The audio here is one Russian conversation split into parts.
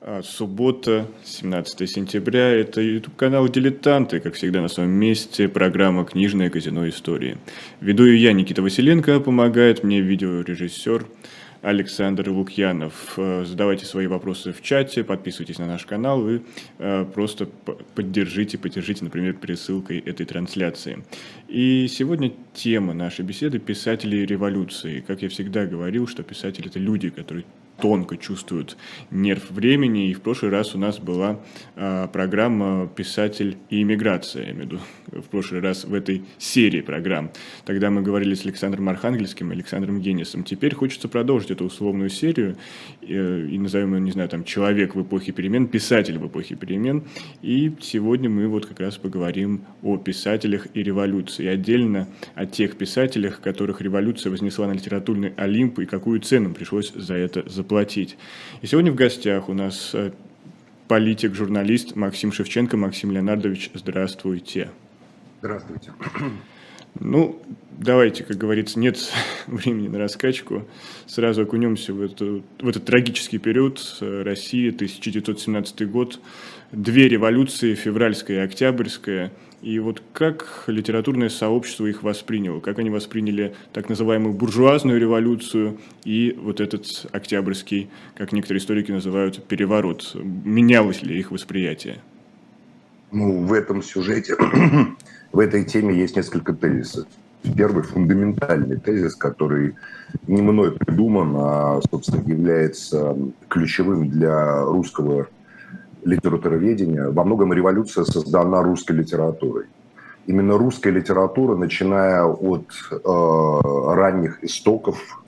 Суббота, 17 сентября. Это YouTube-канал «Дилетанты», как всегда на своем месте, программа «Книжное казино истории». Веду ее я, Никита Василенко, помогает мне видеорежиссер Александр Лукьянов. Задавайте свои вопросы в чате, подписывайтесь на наш канал и просто поддержите, например, пересылкой этой трансляции. И сегодня тема нашей беседы – писатели революции. Как я всегда говорил, что писатели – это люди, которые тонко чувствуют нерв времени. И в прошлый раз у нас была программа «Писатель и иммиграция». Я имею в виду в прошлый раз в этой серии программ. Тогда мы говорили с Александром Архангельским и Александром Генисом. Теперь хочется продолжить эту условную серию и назовем ее, не знаю, там, «Человек в эпохе перемен», «Писатель в эпохе перемен». И сегодня мы вот как раз поговорим о писателях и революции. И отдельно о тех писателях, которых революция вознесла на литературный Олимп, и какую цену пришлось за это заплатить. И сегодня в гостях у нас политик, журналист Максим Шевченко. Максим Леонардович, здравствуйте. Здравствуйте. Ну, давайте, как говорится, нет времени на раскачку. Сразу окунемся в этот трагический период России, 1917 год. Две революции, февральская и октябрьская. И вот как литературное сообщество их восприняло? Как они восприняли так называемую буржуазную революцию и вот этот октябрьский, как некоторые историки называют, переворот? Менялось ли их восприятие? Ну, в этом сюжете, в этой теме есть несколько тезисов. Первый фундаментальный тезис, который не мной придуман, а, собственно, является ключевым для русского литературоведения. Во многом революция создана русской литературой. Именно русская литература, начиная от ранних истоков,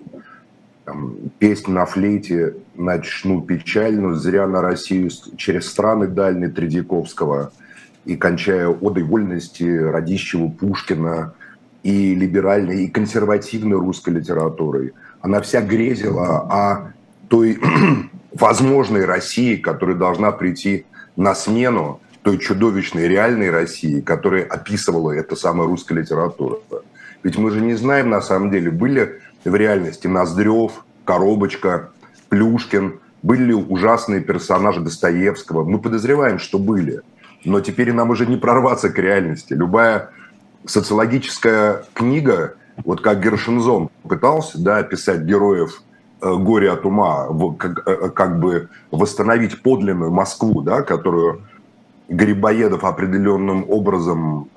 «Песнь на флейте, начну печально, зря на Россию, через страны дальние» Тредьяковского, и кончая «Одой вольности» Радищева, Пушкина, и либеральной, и консервативной русской литературой. Она вся грезила о той возможной России, которая должна прийти на смену той чудовищной реальной России, которая описывала эта самая русская литература. Ведь мы же не знаем, на самом деле, были в реальности Ноздрев, Коробочка, Плюшкин, были ли ужасные персонажи Достоевского. Мы подозреваем, что были. Но теперь нам уже не прорваться к реальности. Любая социологическая книга, вот как Гершензон пытался, да, описать героев «Горе от ума», как бы восстановить подлинную Москву, да, которую Грибоедов определенным образом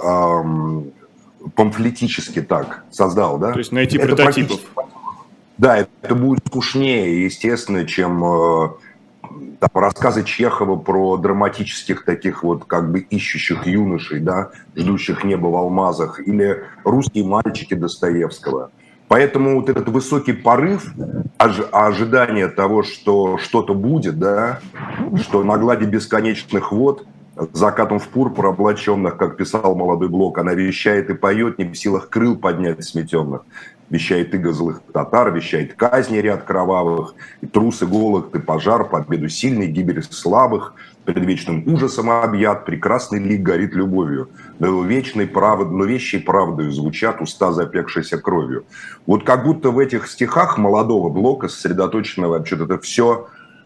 памфлетически так создал. Да? То есть найти прототипов. Да, это будет скучнее, естественно, чем там, рассказы Чехова про драматических таких вот как бы ищущих юношей, да, ждущих неба в алмазах, или «Русские мальчики» Достоевского. Поэтому вот этот высокий порыв, ожидание того, что что-то будет, да, что на глади бесконечных вод, закатом в пурпур облаченных, как писал молодой Блок, она вещает и поет, не в силах крыл поднять сметенных. Вещает иго злых татар, вещает казни ряд кровавых, и трус, и голод, и пожар, победу сильной, гибель слабых, предвечным ужасом объят, прекрасный лик горит любовью, но вещей правдою звучат уста, запекшейся кровью. Вот как будто в этих стихах молодого Блока сосредоточено вообще-то это все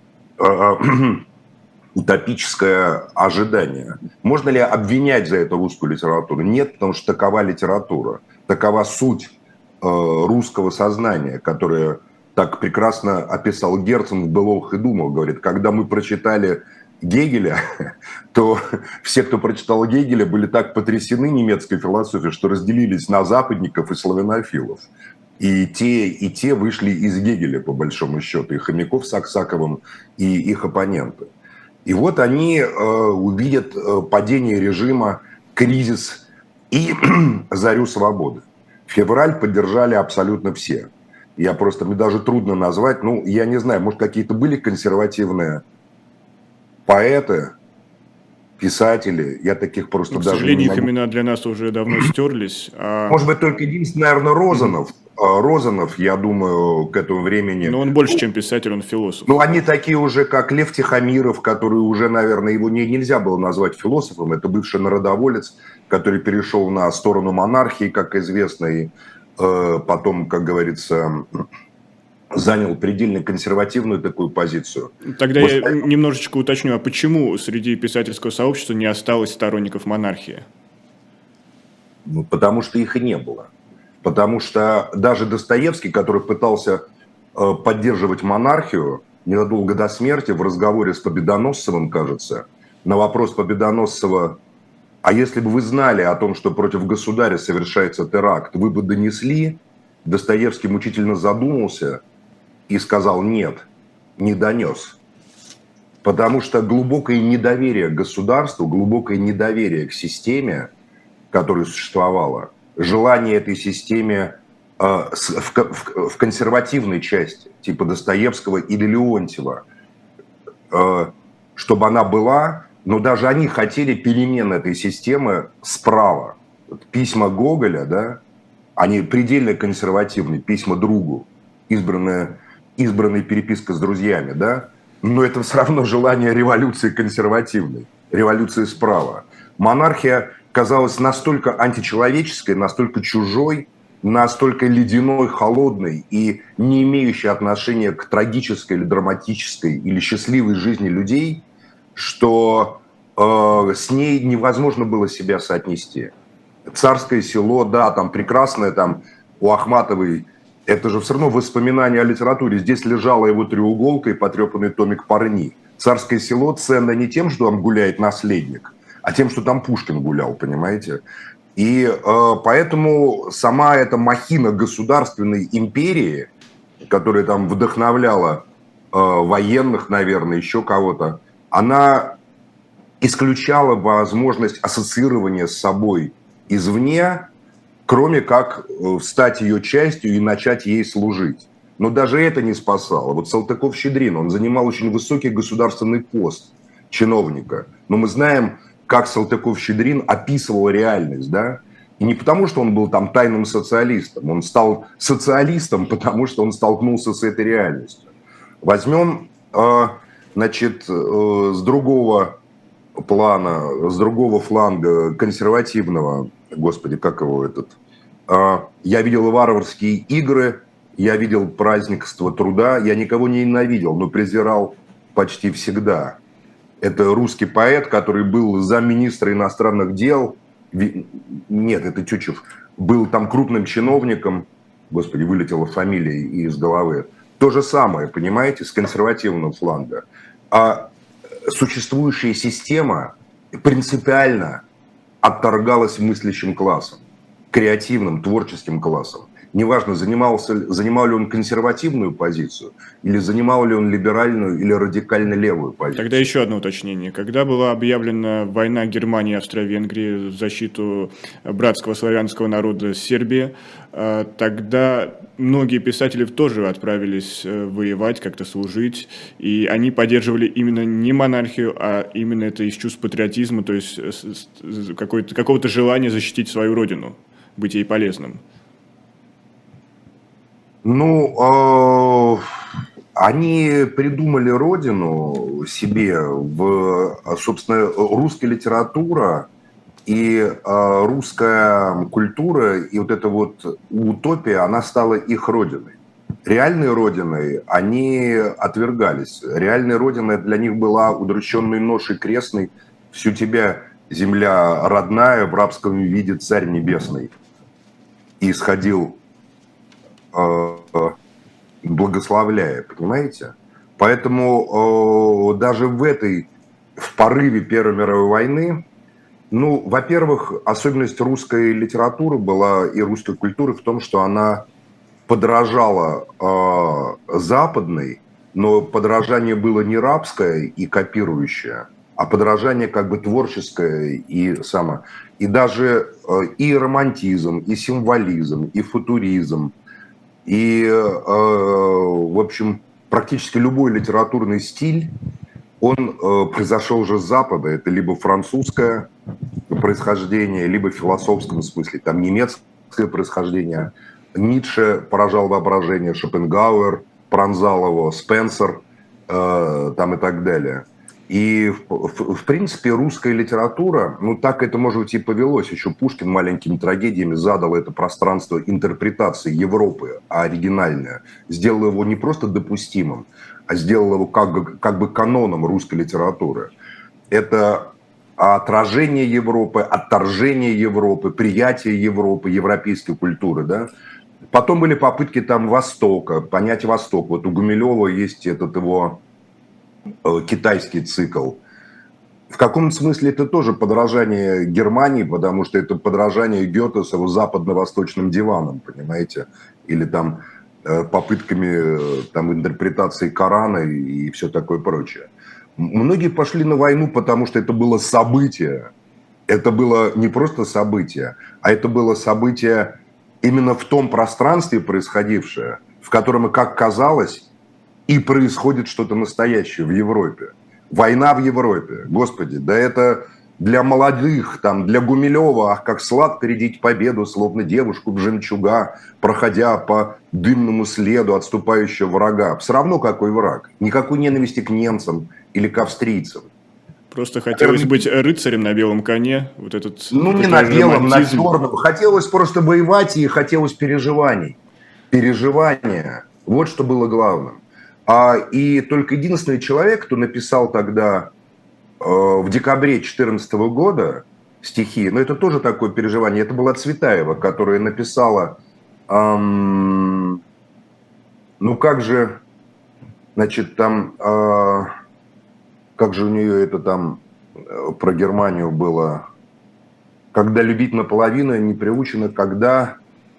утопическое ожидание. Можно ли обвинять за это русскую литературу? Нет, потому что такова литература, такова суть русского сознания, которое так прекрасно описал Герцен в «Былых и думах». Говорит, когда мы прочитали Гегеля, то все, кто прочитал Гегеля, были так потрясены немецкой философией, что разделились на западников и славянофилов. И те вышли из Гегеля, по большому счету, и Хомяков с Аксаковым, и их оппоненты. И вот они увидят падение режима, кризис и зарю свободы. Февраль поддержали абсолютно все. Мне даже трудно назвать, я не знаю, может, какие-то были консервативные поэты, писатели, я таких просто даже не могу. К сожалению, их имена для нас уже давно стерлись. Может быть, только единственный, наверное, Розанов. Розанов, я думаю, к этому времени... Но он больше, чем писатель, он философ. Они такие уже, как Лев Тихомиров, который уже, наверное, его нельзя было назвать философом. Это бывший народоволец, который перешел на сторону монархии, как известно, и потом, как говорится, занял предельно консервативную такую позицию. Тогда я немножечко уточню, а почему среди писательского сообщества не осталось сторонников монархии? Потому что их и не было. Потому что даже Достоевский, который пытался поддерживать монархию, незадолго до смерти в разговоре с Победоносцевым, кажется, на вопрос Победоносцева: а если бы вы знали о том, что против государя совершается теракт, вы бы донесли? Достоевский мучительно задумался и сказал: нет, не донес. Потому что глубокое недоверие к государству, глубокое недоверие к системе, которая существовала, желание этой системе в консервативной части, типа Достоевского или Леонтьева, чтобы она была, но даже они хотели перемен этой системы справа. Письма Гоголя, да, они предельно консервативны, письма другу, избранная переписка с друзьями, да, но это все равно желание революции консервативной, революции справа. Монархия казалась настолько античеловеческой, настолько чужой, настолько ледяной, холодной и не имеющей отношения к трагической или драматической или счастливой жизни людей, что с ней невозможно было себя соотнести. Царское село, да, там прекрасное, там у Ахматовой, это же все равно воспоминание о литературе. Здесь лежала его треуголка и потрепанный томик Парни. Царское село ценно не тем, что там гуляет наследник, а тем, что там Пушкин гулял, понимаете? И поэтому сама эта махина государственной империи, которая там вдохновляла военных, наверное, еще кого-то, она исключала возможность ассоциирования с собой извне, кроме как стать ее частью и начать ей служить. Но даже это не спасало. Вот Салтыков-Щедрин, он занимал очень высокий государственный пост чиновника. Но мы знаем, как Салтыков-Щедрин описывал реальность, да? И не потому, что он был там тайным социалистом. Он стал социалистом, потому что он столкнулся с этой реальностью. Возьмем, значит, с другого плана, с другого фланга консервативного, господи, как его этот... Я видел варварские игры, я видел празднество труда, я никого не ненавидел, но презирал почти всегда. Это русский поэт, который был замминистра иностранных дел. Нет, это Тютчев. Был там крупным чиновником. Господи, вылетела фамилия из головы. То же самое, понимаете, с консервативного фланга. А существующая система принципиально отторгалась мыслящим классом, креативным, творческим классом. Неважно, занимал ли он консервативную позицию, или занимал ли он либеральную или радикально левую позицию. Тогда еще одно уточнение. Когда была объявлена война Германии и Австро-Венгрии в защиту братского славянского народа Сербии, тогда многие писатели тоже отправились воевать, как-то служить, и они поддерживали именно не монархию, а именно это из чувств патриотизма, то есть какого-то желания защитить свою родину, быть ей полезным. Ну, они придумали родину себе собственно, русская литература и русская культура, и вот эта вот утопия, она стала их родиной. Реальной родиной они отвергались. Реальной родиной для них была удрученный ношей крестной: всю тебя, земля родная, в рабском виде царь небесный. И исходил, благословляя, понимаете? Поэтому даже в порыве Первой мировой войны, ну, во-первых, особенность русской литературы была и русской культуры в том, что она подражала западной, но подражание было не рабское и копирующее, а подражание как бы творческое и даже и романтизм, и символизм, и футуризм, и, в общем, практически любой литературный стиль, он произошел уже с Запада. Это либо французское происхождение, либо в философском смысле, там немецкое происхождение. Ницше поражал воображение, Шопенгауэр пронзал его, Спенсер там и так далее. И, в принципе, русская литература, ну, так это, может быть, и повелось. Еще Пушкин маленькими трагедиями задал это пространство интерпретации Европы, оригинальное. Сделал его не просто допустимым, а сделал его как бы каноном русской литературы. Это отражение Европы, отторжение Европы, приятие Европы, европейской культуры, да. Потом были попытки там Востока, понять Восток. Вот у Гумилева есть этот его китайский цикл. В каком-то смысле это тоже подражание Германии, потому что это подражание Гёте с его западно-восточным диваном, понимаете? Или там попытками там, интерпретации Корана и все такое прочее. Многие пошли на войну, потому что это было событие. Это было не просто событие, а это было событие именно в том пространстве происходившее, в котором, и как казалось, и происходит что-то настоящее в Европе. Война в Европе. Господи, да это для молодых, там, для Гумилева, ах, как сладко рядить победу, словно девушку в жемчуга, проходя по дымному следу отступающего врага. Все равно какой враг. Никакой ненависти к немцам или к австрийцам. Просто хотелось быть рыцарем на белом коне. Вот этот, ну, вот не на белом, на черном. Хотелось просто воевать и хотелось переживаний. Переживания. Вот что было главным. И только единственный человек, кто написал тогда в декабре 2014 года стихи, но это тоже такое переживание, это была Цветаева, которая написала, ну как же, значит, там, как же у нее это там про Германию было, когда любить наполовину не приучено, когда...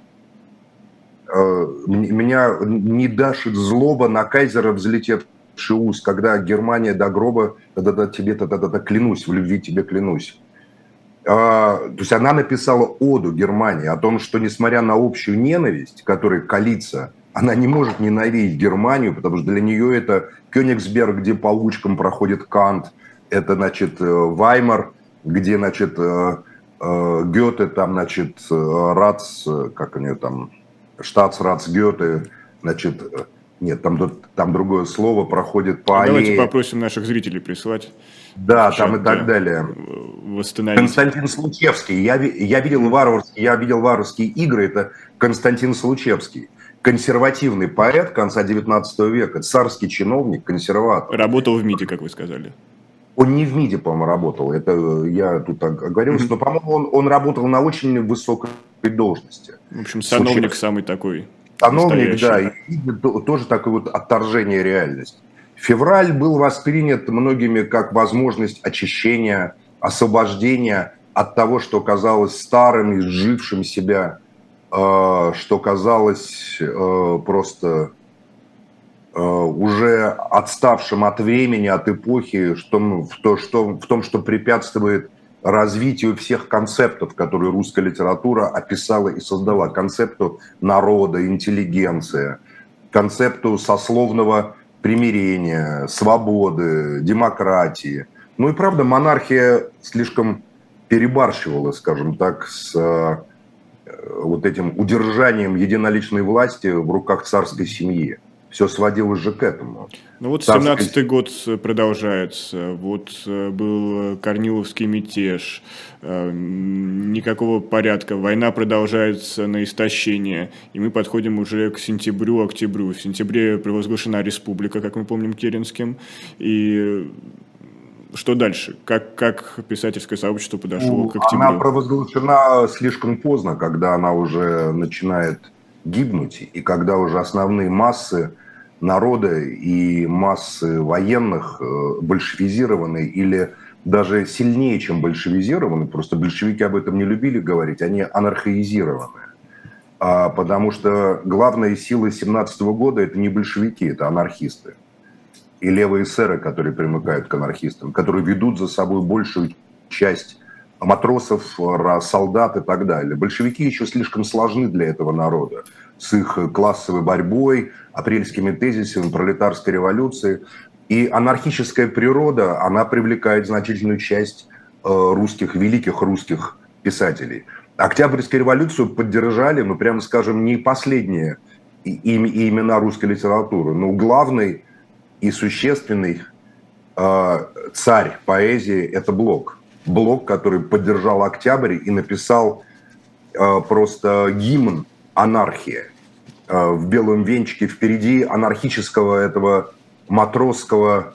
Меня не дашит злоба на кайзера взлетевший уз, когда Германия до гроба, тогда тебе клянусь, в любви тебе клянусь. То есть она написала оду Германии о том, что несмотря на общую ненависть, которая калится, она не может ненавидеть Германию, потому что для нее это Кёнигсберг, где по улочкам проходит Кант, это, значит, Ваймар, где, значит, Гёте, там, значит, Рац, как у нее там... Штатсрац Гёте, значит, нет, там другое слово, проходит по аллее. Давайте попросим наших зрителей прислать. Да, там и так далее. Восстановить. Константин Случевский. Я видел варварские игры, это Константин Случевский. Консервативный поэт конца 19 века, царский чиновник, консерватор. Работал в МИДе, как вы сказали. Он не в МИДе, по-моему, работал. Это я тут оговорился, но, по-моему, он работал на очень высокой должности. В общем, сановник самый такой. Сановник, да, и тоже такое вот отторжение реальности. Февраль был воспринят многими как возможность очищения, освобождения от того, что казалось старым, изжившим себя, что казалось просто уже отставшим от времени, от эпохи, в том, что препятствует развитию всех концептов, которые русская литература описала и создала. Концепту народа, интеллигенции, концепту сословного примирения, свободы, демократии. Ну и правда, монархия слишком перебарщивала, скажем так, с вот этим удержанием единоличной власти в руках царской семьи. Все сводилось же к этому. Ну вот 17-й год продолжается, вот был Корниловский мятеж, никакого порядка, война продолжается на истощение, и мы подходим уже к сентябрю, октябрю. В сентябре провозглашена республика, как мы помним, Керенским, и что дальше? Как писательское сообщество подошло к октябрю? Она провозглашена слишком поздно, когда она уже начинает гибнуть, и когда уже основные массы народа и массы военных большевизированы или даже сильнее, чем большевизированы, просто большевики об этом не любили говорить, они анархоизированы. Потому что главная сила 17 года это не большевики, это анархисты. И левые эсеры, которые примыкают к анархистам, которые ведут за собой большую часть матросов, солдат и так далее. Большевики еще слишком сложны для этого народа с их классовой борьбой, апрельскими тезисами, пролетарской революции. И анархическая природа, она привлекает значительную часть великих русских писателей. Октябрьскую революцию поддержали, ну, прямо скажем, не последние имена русской литературы, но главный и существенный царь поэзии – это Блок. Блок, который поддержал Октябрь и написал просто гимн анархии. В белом венчике впереди анархического этого матросского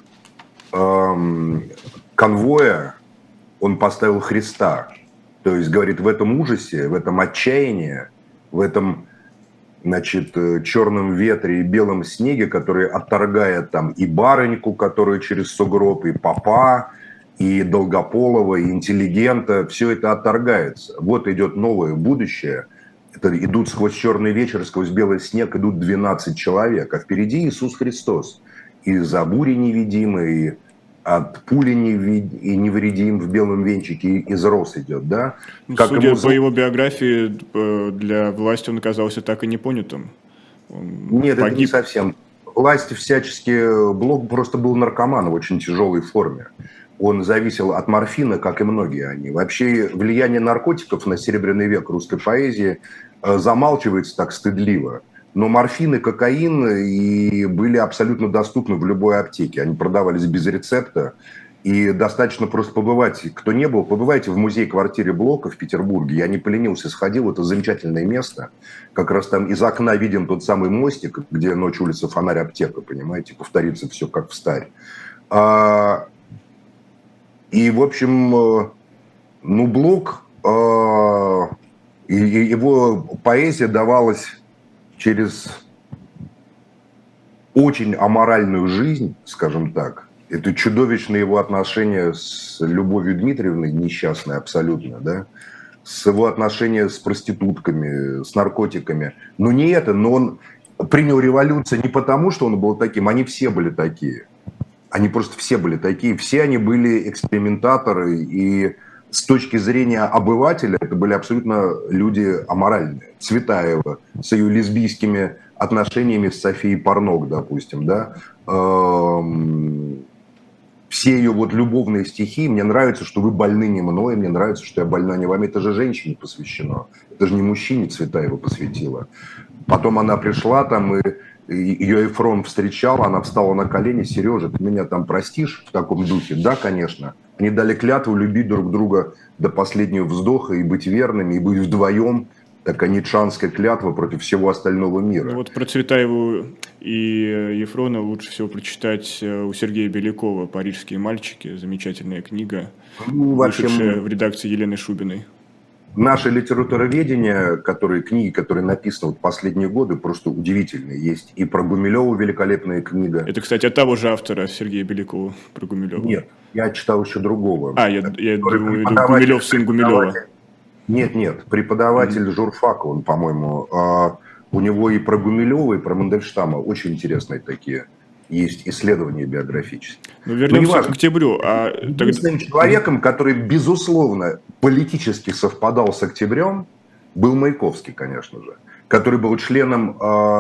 конвоя он поставил Христа. То есть, говорит, в этом ужасе, в этом отчаянии, в этом, значит, черном ветре и белом снеге, который отторгает там и барыньку, которая через сугроб, и попа, и Долгополова, и интеллигента, все это отторгается. Вот идет новое будущее. Это идут сквозь черный вечер, сквозь белый снег, идут 12 человек, а впереди Иисус Христос. И за бури невидимый, и от пули и невредим в белом венчике из роз идет, да? Как судя по его биографии, для власти он оказался так и не понятым. Нет, погиб. Это не совсем. Власть всячески... Блок просто был наркоман в очень тяжелой форме. Он зависел от морфина, как и многие они. Вообще влияние наркотиков на серебряный век русской поэзии замалчивается так стыдливо. Но морфин и кокаин и были абсолютно доступны в любой аптеке. Они продавались без рецепта. И достаточно просто побывать. Кто не был, побывайте в музей-квартире Блока в Петербурге. Я не поленился, сходил. Это замечательное место. Как раз там из окна виден тот самый мостик, где ночь, улица, фонарь, аптека. Понимаете, повторится все как в старе. И, в общем, ну, Блок, его поэзия давалась через очень аморальную жизнь, скажем так. Это чудовищное его отношение с Любовью Дмитриевной, несчастной абсолютно, да, с его отношения с проститутками, с наркотиками. Но не это, но он принял революцию не потому, что он был таким, они все были такие. Они просто все были такие, все они были экспериментаторы, и с точки зрения обывателя это были абсолютно люди аморальные. Цветаева с ее лесбийскими отношениями с Софией Парнок, допустим, да. Все ее вот любовные стихи, мне нравится, что вы больны не мной, мне нравится, что я больна не вами, это же женщине посвящено, это же не мужчине Цветаева посвятила. Потом она пришла там, и ее Эфрон встречал, она встала на колени: Сережа, ты меня там простишь в таком духе? Да, конечно. Они дали клятву любить друг друга до последнего вздоха и быть верными, и быть вдвоем. Такая ницшанская клятва против всего остального мира. Ну, вот про Цветаеву и Ефрона лучше всего прочитать у Сергея Белякова «Парижские мальчики». Замечательная книга, вышедшая в редакции Елены Шубиной. Наше литературоведение, книги, которые написаны в последние годы, просто удивительные. Есть и про Гумилева великолепная книга. Это, кстати, от того же автора Сергея Белякова про Гумилева. Нет, я читал еще другого. Я думаю, Гумилев, сын Гумилева. Нет, преподаватель журфака, он, по-моему, у него и про Гумилева, и про Мандельштама очень интересные такие есть исследования биографические. Ну, вернемся к Октябрю. Единственным человеком, который, безусловно, политически совпадал с Октябрем, был Маяковский, конечно же, который был членом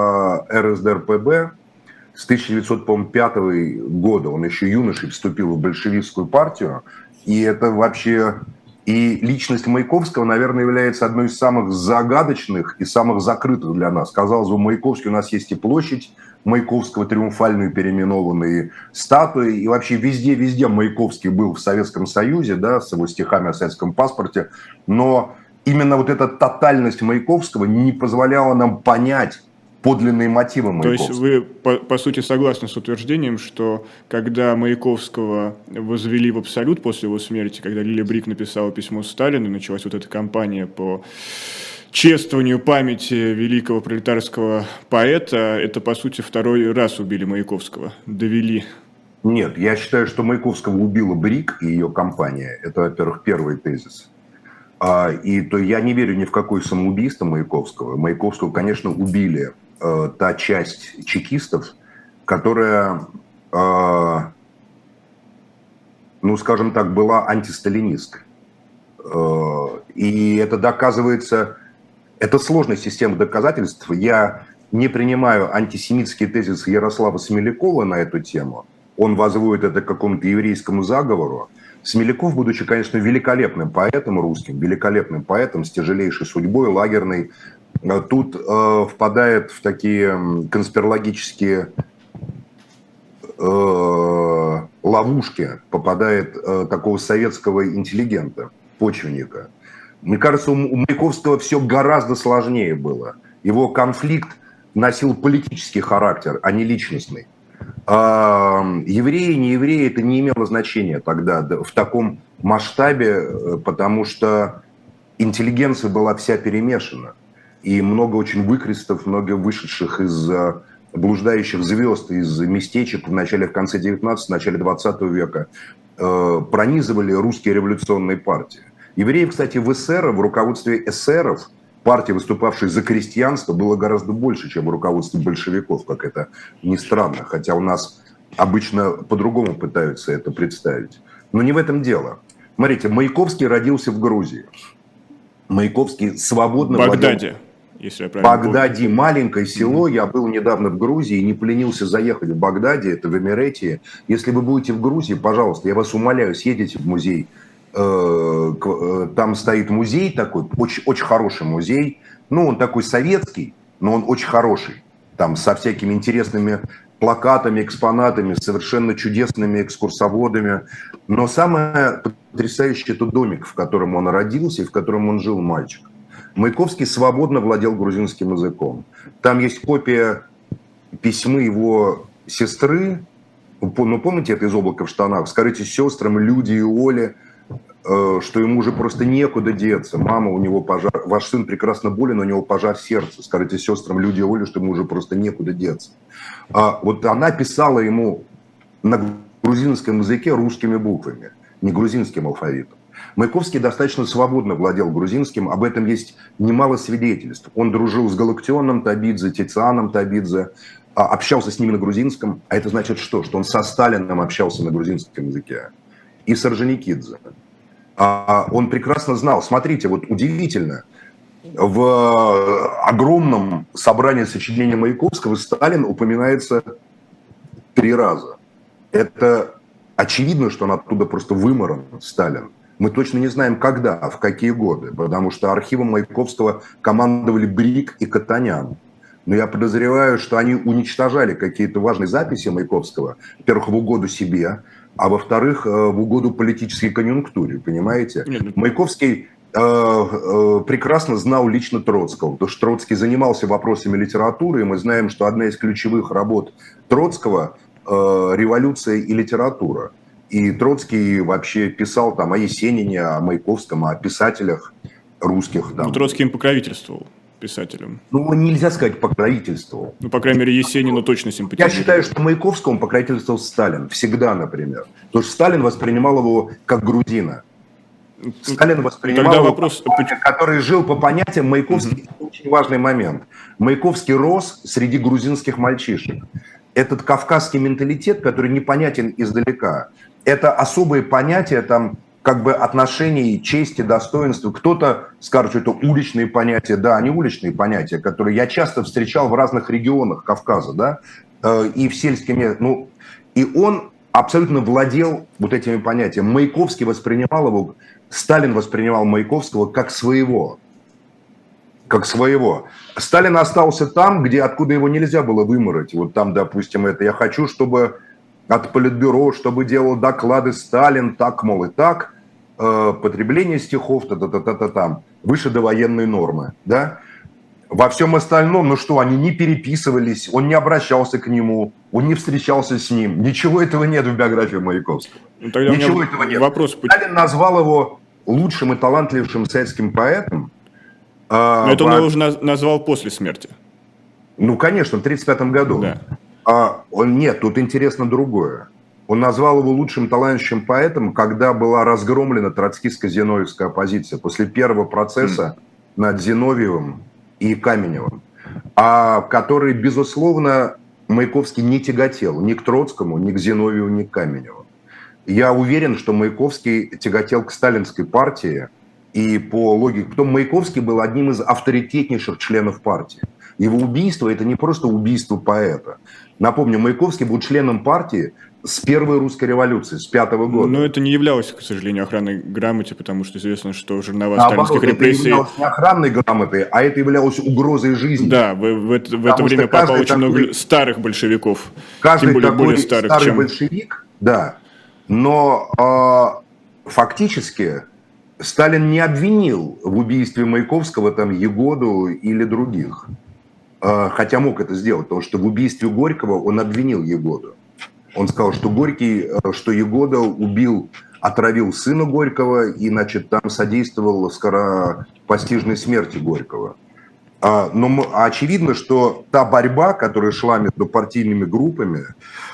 РСДРПб с 1905 года. Он еще юношей вступил в большевистскую партию, и это вообще... И личность Маяковского, наверное, является одной из самых загадочных и самых закрытых для нас. Казалось бы, Маяковский, у нас есть и площадь Маяковского триумфальную, переименованные статуи. И вообще везде Маяковский был в Советском Союзе, да, с его стихами о советском паспорте. Но именно вот эта тотальность Маяковского не позволяла нам понять подлинные мотивы Маяковского. То есть вы, по сути, согласны с утверждением, что когда Маяковского возвели в абсолют после его смерти, когда Лиля Брик написала письмо Сталину, началась вот эта кампания по чествованию памяти великого пролетарского поэта, это, по сути, второй раз убили Маяковского, довели. Нет, я считаю, что Маяковского убила Брик и ее компания. Это, во-первых, первый тезис. И то я не верю ни в какое самоубийство Маяковского. Маяковского, конечно, убили та часть чекистов, которая, ну, скажем так, была антисталинистской. И это доказывается, это сложная система доказательств. Я не принимаю антисемитские тезисы Ярослава Смелякова на эту тему. Он возводит это к какому-то еврейскому заговору. Смеляков, будучи, конечно, великолепным поэтом русским, великолепным поэтом с тяжелейшей судьбой, лагерной, тут впадает в такие конспирологические ловушки попадает такого советского интеллигента, почвенника. Мне кажется, у Маяковского все гораздо сложнее было. Его конфликт носил политический характер, а не личностный. Евреи, не евреи, это не имело значения тогда в таком масштабе, потому что интеллигенция была вся перемешана. И много очень выкрестов, много вышедших из блуждающих звезд, из местечек в конце 19 начале 20 века пронизывали русские революционные партии. Евреев, кстати, в эсерах, в руководстве эсеров, партии, выступавшей за крестьянство, было гораздо больше, чем в руководстве большевиков, как это ни странно, хотя у нас обычно по-другому пытаются это представить. Но не в этом дело. Смотрите, Маяковский родился в Грузии. Маяковский свободно... В Багдаде, если я правильно помню. Багдаде, маленькое село. Я был недавно в Грузии и не поленился заехать в Багдаде, это в Эмиретии. Если вы будете в Грузии, пожалуйста, я вас умоляю, съездите в музей. Там стоит музей такой, очень, очень хороший музей. Ну, он такой советский, но он очень хороший. Там со всякими интересными плакатами, экспонатами, совершенно чудесными экскурсоводами. Но самое потрясающее – это домик, в котором он родился и в котором он жил, мальчик. Маяковский свободно владел грузинским языком. Там есть копия письма его сестры. Ну, помните это из «Облака в штанах»? Скажите сестрам Люде и Оле, что ему уже просто некуда деться. Мама, у него пожар, ваш сын прекрасно болен, у него пожар сердца. Скажите сестрам Люде и Оле, что ему уже просто некуда деться. Вот она писала ему на грузинском языке русскими буквами, не грузинским алфавитом. Маяковский достаточно свободно владел грузинским, об этом есть немало свидетельств. Он дружил с Галактионом Табидзе, Тицианом Табидзе, общался с ними на грузинском. А это значит что? Что он со Сталиным общался на грузинском языке. И с Орджоникидзе. Он прекрасно знал. Смотрите, вот удивительно. В огромном собрании сочинения Маяковского Сталин упоминается 3 раза. Это очевидно, что он оттуда просто выморан, Сталин. Мы точно не знаем, когда, в какие годы, потому что архивом Маяковского командовали Брик и Катанян. Но я подозреваю, что они уничтожали какие-то важные записи Маяковского, во-первых, в угоду себе, а во-вторых, в угоду политической конъюнктуре, понимаете? Маяковский прекрасно знал лично Троцкого, потому что Троцкий занимался вопросами литературы, и мы знаем, что одна из ключевых работ Троцкого – революция и литература. И Троцкий вообще писал там о Есенине, о Маяковском, о писателях русских. Там. Ну, Троцкий им покровительствовал, писателям. Ну, нельзя сказать покровительствовал. Ну, по крайней мере, Есенину точно симпатизировал. Я считаю, что Маяковскому покровительствовал Сталин. Всегда, например. Потому что Сталин воспринимал его как грузина. Сталин воспринимал его вопрос... как человек, который жил по понятиям Маяковский. Это очень важный момент. Маяковский рос среди грузинских мальчишек. Этот кавказский менталитет, который непонятен издалека, это особые понятия там, как бы отношений, чести, достоинства. Кто-то скажет, что это уличные понятия. Да, они уличные понятия, которые я часто встречал в разных регионах Кавказа, да, и в сельских местах. Ну, и он абсолютно владел вот этими понятиями. Маяковский воспринимал его, Сталин воспринимал Маяковского как своего. Как своего. Сталин остался там, откуда его нельзя было вымороть. Вот там, допустим, это я хочу, чтобы от Политбюро, чтобы делал доклады Сталин, так, мол, и так, потребление стихов, там, выше довоенной нормы, да. Во всем остальном, ну что, они не переписывались, он не обращался к нему, он не встречался с ним. Ничего этого нет в биографии Маяковского. Ну, тогда ничего этого нет. Вопрос... Сталин назвал его лучшим и талантливейшим советским поэтом. Но это он его уже назвал после смерти. Ну, конечно, в 1935 году. Да. Нет, тут интересно другое. Он назвал его лучшим талантливейшим поэтом, когда была разгромлена троцкистско-зиновьевская оппозиция после первого процесса над Зиновьевым и Каменевым, который, безусловно, Маяковский не тяготел ни к Троцкому, ни к Зиновьеву, ни к Каменеву. Я уверен, что Маяковский тяготел к сталинской партии, и по логике... Потом Маяковский был одним из авторитетнейших членов партии. Его убийство – это не просто убийство поэта. Напомню, Маяковский был членом партии с первой русской революции, с 5-го года. Но это не являлось, к сожалению, охранной грамоте, потому что известно, что жернова сталинских репрессий... это являлось не охранной грамотой, а это являлось угрозой жизни. Да, в это время попало очень много старых большевиков. Каждый тем более такой более старых, старый большевик, да, Но фактически Сталин не обвинил в убийстве Маяковского там Егоду или других. Хотя мог это сделать, потому что в убийстве Горького он обвинил Егоду. Он сказал, что что Егода отравил сына Горького и, значит, там содействовал скоропостижной смерти Горького. Но очевидно, что та борьба, которая шла между партийными группами,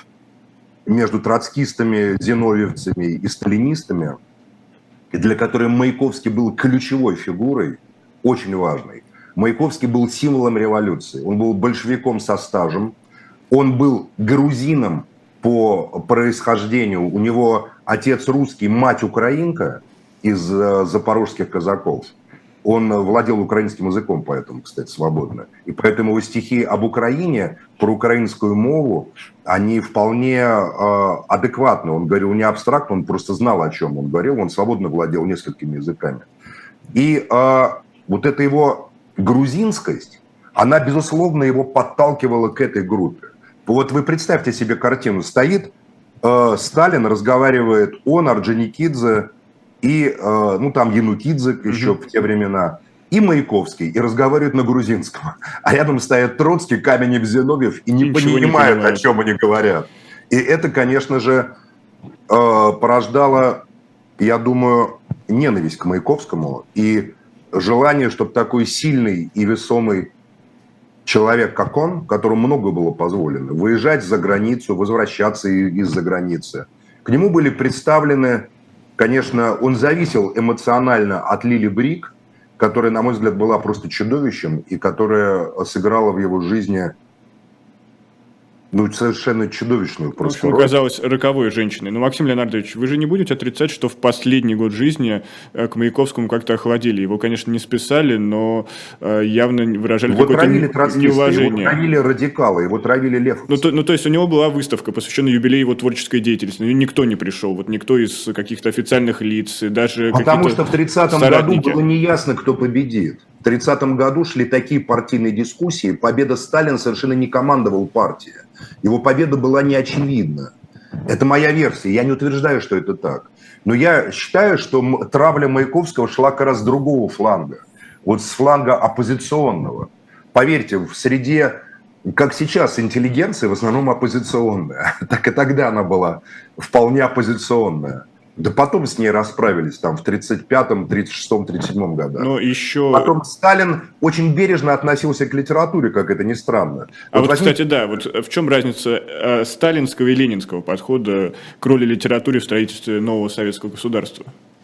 между троцкистами, зиновьевцами и сталинистами, для которой Маяковский был ключевой фигурой, очень важной. Маяковский был символом революции. Он был большевиком со стажем. Он был грузином по происхождению. У него отец русский, мать украинка из запорожских казаков. Он владел украинским языком, поэтому, кстати, свободно. И поэтому его стихи об Украине, про украинскую мову, они вполне адекватны. Он говорил не абстрактно, он просто знал, о чем он говорил. Он свободно владел несколькими языками. И вот эта его грузинскость, она, безусловно, его подталкивала к этой группе. Вот вы представьте себе картину. Стоит Сталин, разговаривает он, Орджоникидзе, и, ну, там Янукидзе еще в те времена, и Маяковский, и разговаривают на грузинском. А рядом стоят Троцкий, Каменев, Зиновьев, и не понимают, о чем они говорят. И это, конечно же, порождало, я думаю, ненависть к Маяковскому и желание, чтобы такой сильный и весомый человек, как он, которому много было позволено, выезжать за границу, возвращаться из-за границы. К нему были представлены, конечно, он зависел эмоционально от Лили Брик, которая, на мой взгляд, была просто чудовищем и которая сыграла в его жизни совершенно чудовищную просто роль. Оказалась роковой женщиной. Но, Максим Леонардович, вы же не будете отрицать, что в последний год жизни к Маяковскому как-то охладили. Его, конечно, не списали, но явно выражали какое-то неуважение. Его травили радикалы, его травили Лев. То есть у него была выставка, посвященная юбилею его творческой деятельности. Но никто не пришел, вот никто из каких-то официальных лиц, даже потому что в 30-м году было неясно, кто победит. В 30-м году шли такие партийные дискуссии, победа Сталина совершенно не командовал партией. Его победа была неочевидна. Это моя версия, я не утверждаю, что это так. Но я считаю, что травля Маяковского шла как раз с другого фланга. Вот с фланга оппозиционного. Поверьте, в среде, как сейчас, интеллигенция в основном оппозиционная. Так и тогда она была вполне оппозиционная. Да потом с ней расправились там в 35-м, 36-м, 37-м годах. Но еще... Потом Сталин очень бережно относился к литературе, как это ни странно. Кстати, да, вот в чем разница сталинского и ленинского подхода к роли литературы в строительстве нового советского государства?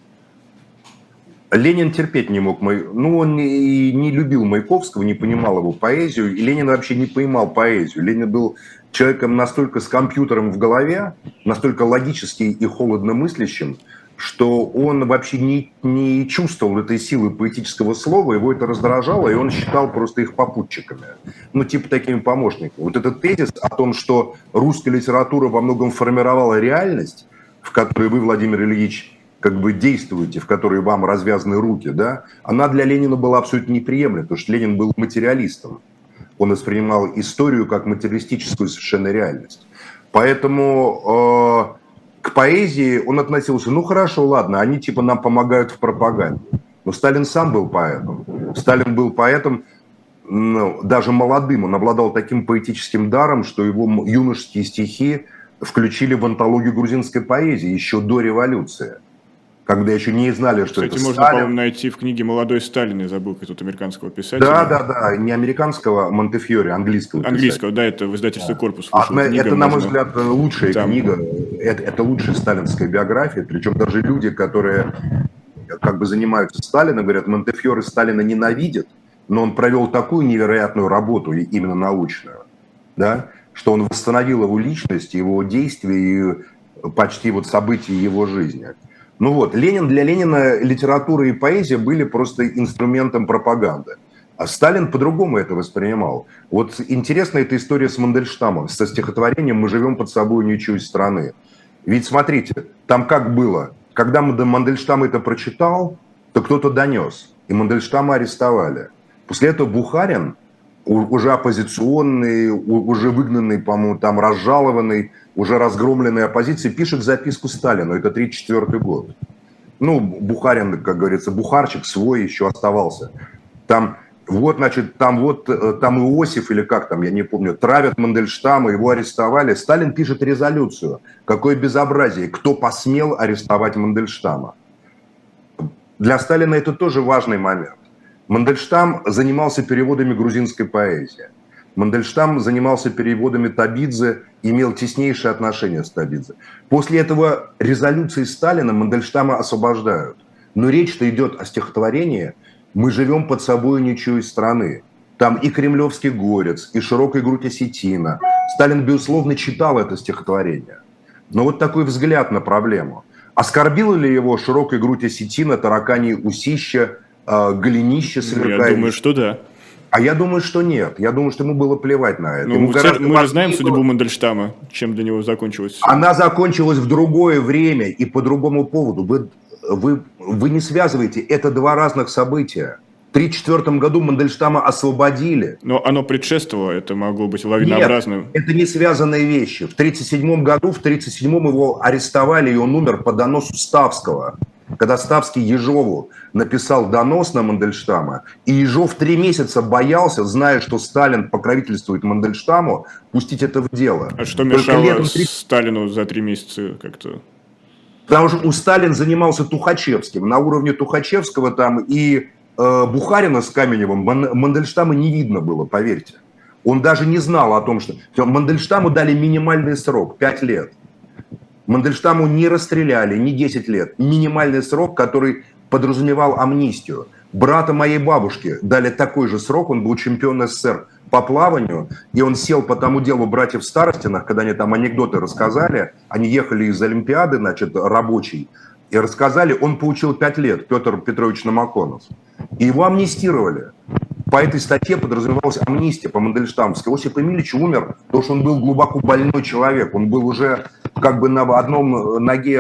Ленин терпеть не мог, он не любил Маяковского, не понимал его поэзию, и Ленин вообще не понимал поэзию. Ленин был человеком настолько с компьютером в голове, настолько логически и холодно мыслящим, что он вообще не чувствовал этой силы поэтического слова, его это раздражало, и он считал просто их попутчиками, типа такими помощниками. Вот этот тезис о том, что русская литература во многом формировала реальность, в которой вы, Владимир Ильич, как бы действуете, в которой вам развязаны руки, да, она для Ленина была абсолютно неприемлема, потому что Ленин был материалистом. Он воспринимал историю как материалистическую совершенно реальность. Поэтому к поэзии он относился, хорошо, ладно, они типа нам помогают в пропаганде. Но Сталин сам был поэтом. Сталин был поэтом, даже молодым. Он обладал таким поэтическим даром, что его юношеские стихи включили в антологию грузинской поэзии еще до революции. Когда еще не знали, что это Сталин. Можно, по-моему, найти в книге «Молодой Сталин», я забыл, как тут американского писателя. Да, не американского, Монтефьори, английского. Английского, да, это в издательстве «Корпус». Это, на мой взгляд, лучшая книга, это лучшая сталинская биография, причем даже люди, которые как бы занимаются Сталином, говорят, Монтефьори Сталина ненавидит, но он провел такую невероятную работу, именно научную, да, что он восстановил его личность, его действия и почти события его жизни. Для Ленина литература и поэзия были просто инструментом пропаганды. А Сталин по-другому это воспринимал. Вот интересна эта история с Мандельштамом, со стихотворением «Мы живем под собой ничью страны». Ведь смотрите, там как было. Когда Мандельштам это прочитал, то кто-то донес, и Мандельштама арестовали. После этого Бухарин, уже оппозиционный, уже выгнанный, по-моему, там разжалованный, уже разгромленной оппозиции, пишет записку Сталину, это 1934 год. Ну, Бухарин, как говорится, Бухарчик свой еще оставался. Там вот, значит, там Иосиф, или как там, я не помню, травят Мандельштама, его арестовали. Сталин пишет резолюцию. Какое безобразие, кто посмел арестовать Мандельштама. Для Сталина это тоже важный момент. Мандельштам занимался переводами грузинской поэзии. Мандельштам занимался переводами Табидзе, имел теснейшие отношения с Табидзе. После этого резолюции Сталина Мандельштама освобождают. Но речь-то идет о стихотворении «Мы живем под собой ничьей страны». Там и «Кремлевский горец», и «Широкая грудь осетина». Сталин, безусловно, читал это стихотворение. Но вот такой взгляд на проблему. Оскорбила ли его «Широкая грудь осетина», «Тараканье усища», «Голенище сверкающее»? Я думаю, что да. А я думаю, что нет. Я думаю, что ему было плевать на это. Ну, мы же знаем судьбу Мандельштама, чем для него закончилось. Она закончилась в другое время и по другому поводу. Вы не связываете, это два разных события. В 1934 году Мандельштама освободили. Но оно предшествовало, это могло быть лавинообразным. Нет, это не связанные вещи. В 1937 году, в 1937 его арестовали, и он умер по доносу Ставского. Когда Ставский Ежову написал донос на Мандельштама, и Ежов 3 месяца боялся, зная, что Сталин покровительствует Мандельштаму, пустить это в дело. А что мешало Сталину за 3 месяца как-то? Потому что у Сталина занимался Тухачевским. На уровне Тухачевского там и Бухарина с Каменевым Мандельштама не видно было, поверьте. Он даже не знал о том, что... Мандельштаму дали минимальный срок, 5 лет. Мандельштаму не расстреляли, не 10 лет. Минимальный срок, который подразумевал амнистию. Брата моей бабушки дали такой же срок, он был чемпион СССР по плаванию, и он сел по тому делу братьев Старостиных, когда они там анекдоты рассказали, они ехали из Олимпиады, значит, рабочий, и рассказали, он получил 5 лет, Петр Петрович Намаконов. И его амнистировали. По этой статье подразумевалась амнистия по Мандельштамовской. Осип Эмильевич умер, потому что он был глубоко больной человек. Он был уже как бы на одной ногой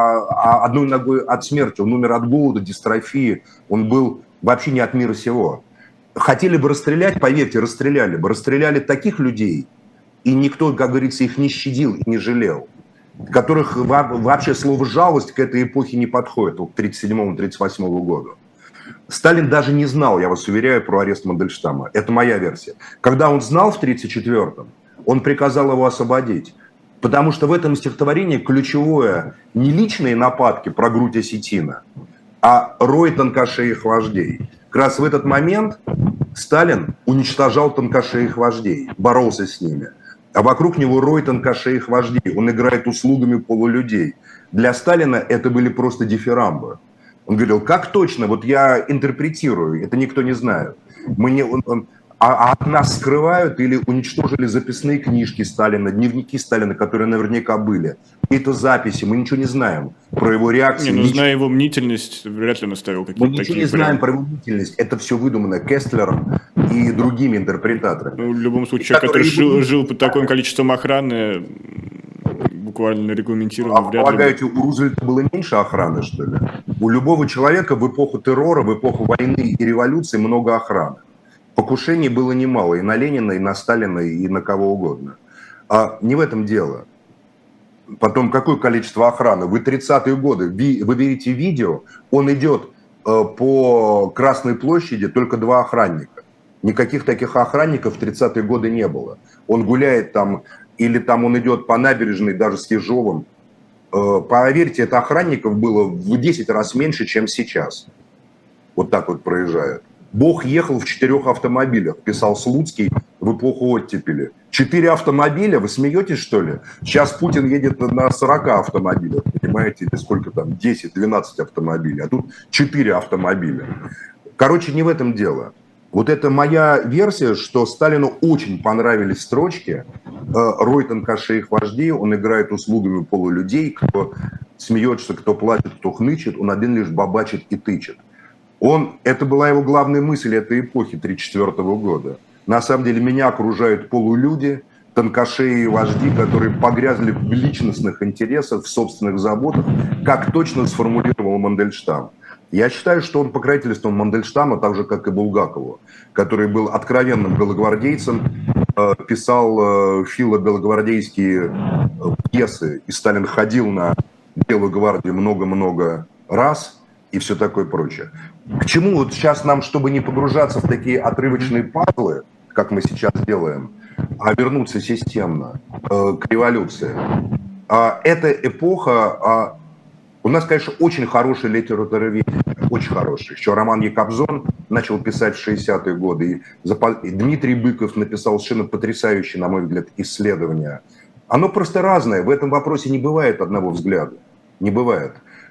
от смерти. Он умер от голода, дистрофии. Он был вообще не от мира сего. Хотели бы расстрелять, поверьте, расстреляли бы. Расстреляли таких людей, и никто, как говорится, их не щадил и не жалел. Которых вообще слово «жалость» к этой эпохе не подходит, к 1937-1938 году. Сталин даже не знал, я вас уверяю, про арест Мандельштама. Это моя версия. Когда он знал в 1934-м, он приказал его освободить. Потому что в этом стихотворении ключевое не личные нападки про грудь осетина, а рой тонкошеих вождей. Как раз в этот момент Сталин уничтожал тонкошеих вождей, боролся с ними. А вокруг него рой тонкошеих вождей. Он играет услугами полулюдей. Для Сталина это были просто дифирамбы. Он говорил, как точно, вот я интерпретирую, это никто не знает. От нас скрывают или уничтожили записные книжки Сталина, дневники Сталина, которые наверняка были. Какие-то записи, мы ничего не знаем про его реакции. Не, ну, зная его мнительность, вряд ли он оставил какие-то такие... Мы ничего не знаем про его мнительность. Это все выдумано Кестлером и другими интерпретаторами. Ну, в любом случае, человек, который жил под таким количеством охраны, буквально регламентированно, вряд ли... Полагаете, у Рузвельта было меньше охраны, что ли? У любого человека в эпоху террора, в эпоху войны и революции много охраны. Покушений было немало и на Ленина, и на Сталина, и на кого угодно. А не в этом дело. Потом, какое количество охраны? Вы 30-е годы, вы видите видео, он идет по Красной площади, только 2 охранника. Никаких таких охранников в 30-е годы не было. Он гуляет там, или там он идет по набережной даже с Ежовым. Поверьте, это охранников было в 10 раз меньше, чем сейчас. Вот так вот проезжают. Бог ехал в 4 автомобилях, писал Слуцкий в эпоху оттепели. 4 автомобиля? Вы смеетесь, что ли? Сейчас Путин едет на 40 автомобилях, понимаете, или сколько там, 10-12 автомобилей, а тут 4 автомобиля. Короче, не в этом дело. Вот это моя версия, что Сталину очень понравились строчки «Рой тонкошеих вождей», он играет услугами полулюдей, кто смеется, кто плачет, кто хнычет, он один лишь бабачит и тычет. Это была его главная мысль этой эпохи 1934 года. На самом деле меня окружают полулюди, тонкошеи и вожди, которые погрязли в личностных интересах, в собственных заботах, как точно сформулировал Мандельштам. Я считаю, что он покровительствовал Мандельштама, так же, как и Булгакову, который был откровенным белогвардейцем, писал фило-белогвардейские пьесы, и Сталин ходил на Белую гвардию много-много раз, и все такое прочее. К чему вот сейчас нам, чтобы не погружаться в такие отрывочные пазлы, как мы сейчас делаем, а вернуться системно к революции? Эта эпоха... У нас, конечно, очень хороший литературоведение, очень хороший. Еще Роман Якобсон начал писать в 60-е годы. И Дмитрий Быков написал совершенно потрясающее, на мой взгляд, исследование. Оно просто разное. В этом вопросе не бывает одного взгляда. Не бывает.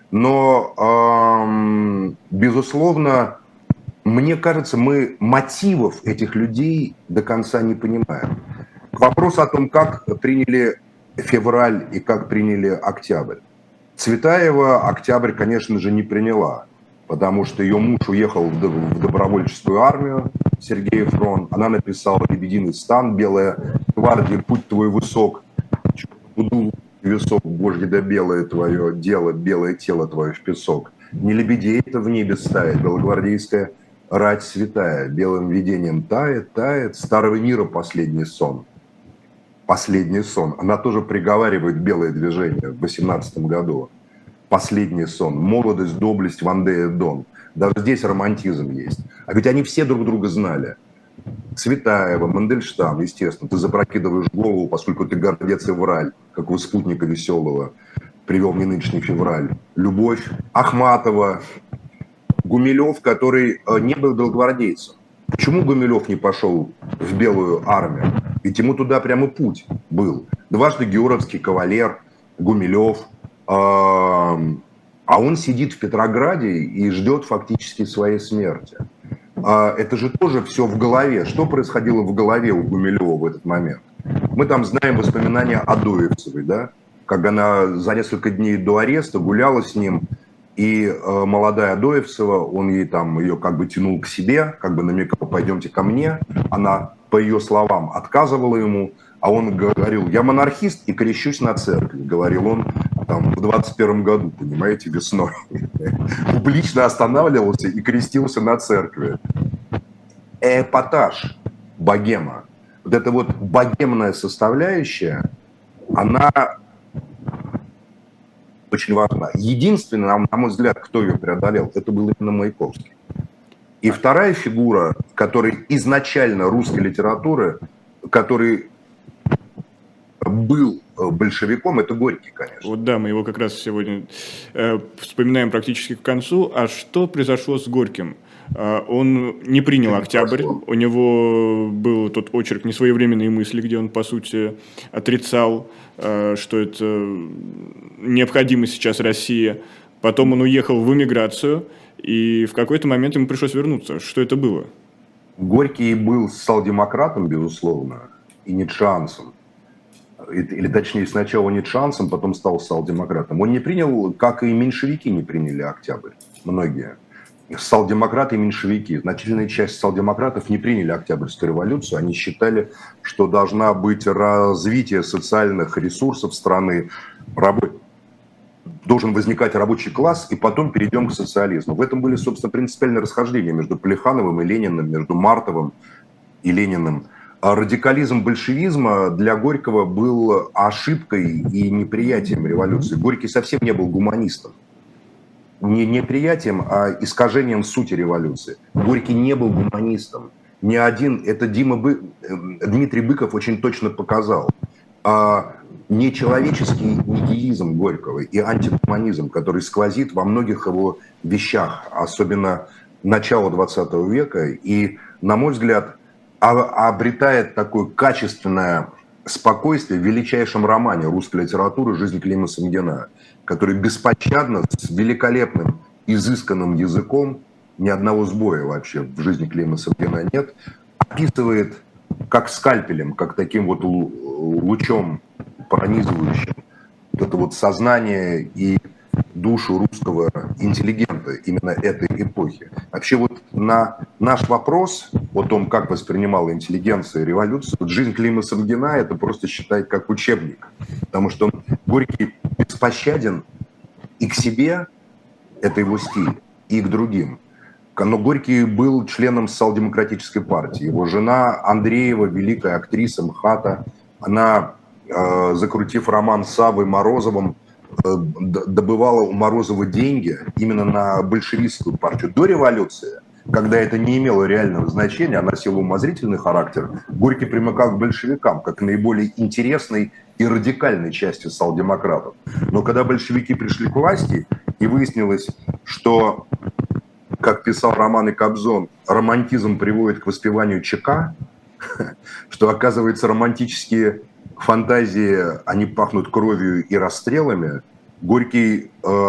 Но, безусловно, мне кажется, мы мотивов этих людей до конца не понимаем. К вопросу о том, как приняли февраль и как приняли октябрь. Цветаева октябрь, конечно же, не приняла, потому что ее муж уехал в добровольческую армию, Сергей Фрон. Она написала «Лебединый стан», «Белая гвардия, путь твой высок, буду весок, Божье да белое твое дело, белое тело твое в песок. Не лебедей это в небе стает, белогвардейская рать святая, белым видением тает, тает, старого мира последний сон». Последний сон. Она тоже приговаривает белое движение в 18 году. Последний сон. Молодость, доблесть, Вандея, Дон. Даже здесь романтизм есть. А ведь они все друг друга знали. Цветаева, Мандельштам, естественно. Ты запрокидываешь голову, поскольку ты гордец и враль, как у спутника веселого привел мне нынешний февраль. Любовь, Ахматова, Гумилев, который не был белогвардейцем. Почему Гумилев не пошел в Белую армию? Ведь ему туда прямо путь был. Дважды георгиевский кавалер, Гумилев. А он сидит в Петрограде и ждет фактически своей смерти. Это же тоже все в голове. Что происходило в голове у Гумилева в этот момент? Мы там знаем воспоминания о Адоевцевой, да? Как она за несколько дней до ареста гуляла с ним, и молодая Адоевцева, он ей там ее как бы тянул к себе, как бы намекал: пойдемте ко мне. Она, по ее словам, отказывала ему, а он говорил: я монархист и крещусь на церкви, говорил он там в 21 году, понимаете, весной. Публично останавливался и крестился на церкви. Эпатаж, богема. Вот эта вот богемная составляющая, она очень важна. Единственный, на мой взгляд, кто ее преодолел, это был именно Маяковский. И вторая фигура, который изначально русской литературы, который был большевиком, это Горький, конечно. Вот да, мы его как раз сегодня вспоминаем практически к концу. А что произошло с Горьким? Он не принял октябрь, у него был тот очерк «Несвоевременные мысли», где он, по сути, отрицал, что это необходимо сейчас России. Потом он уехал в эмиграцию, и в какой-то момент ему пришлось вернуться. Что это было? Горький был социал-демократом, безусловно, и ницшеанцем. Или точнее, сначала ницшеанцем, потом стал социал-демократом. Он не принял, как и меньшевики не приняли октябрь, многие. Социал-демократы и меньшевики. Значительная часть социал-демократов не приняли Октябрьскую революцию. Они считали, что должна быть развитие социальных ресурсов страны, должен возникать рабочий класс, и потом перейдем к социализму. В этом были, собственно, принципиальные расхождения между Плехановым и Лениным, между Мартовым и Лениным. А радикализм большевизма для Горького был ошибкой и неприятием революции. Горький совсем не был гуманистом. Не неприятием, а искажением сути революции. Горький не был гуманистом. Ни один, это Дмитрий Быков очень точно показал. Нечеловеческий нигилизм Горького и антигуманизм, который сквозит во многих его вещах, особенно начала 20 века, и, на мой взгляд, обретает такое качественное спокойствие в величайшем романе русской литературы «Жизнь Клима Самгина», который беспощадно, с великолепным, изысканным языком, ни одного сбоя вообще в жизни Клима Самгина нет, описывает как скальпелем, как таким вот лучом пронизывающим вот это вот сознание и душу русского интеллигента именно этой эпохи. Вообще вот на наш вопрос о том, как воспринимала интеллигенция революцию, вот «Жизнь Клима Самгина» это просто считать как учебник, потому что Горький беспощаден и к себе, это его стиль, и к другим. Но Горький был членом социал-демократической партии. Его жена Андреева, великая актриса МХАТа, она закрутив роман с Саввой Морозовым, добывала у Морозова деньги именно на большевистскую партию. До революции, когда это не имело реального значения, а носило умозрительный характер, Горький примыкал к большевикам, как к наиболее интересной и радикальной части социал-демократов. Но когда большевики пришли к власти, и выяснилось, что, как писал Роман и Кобзон, романтизм приводит к воспеванию ЧК, что, оказывается, романтические фантазии, они пахнут кровью и расстрелами. Горький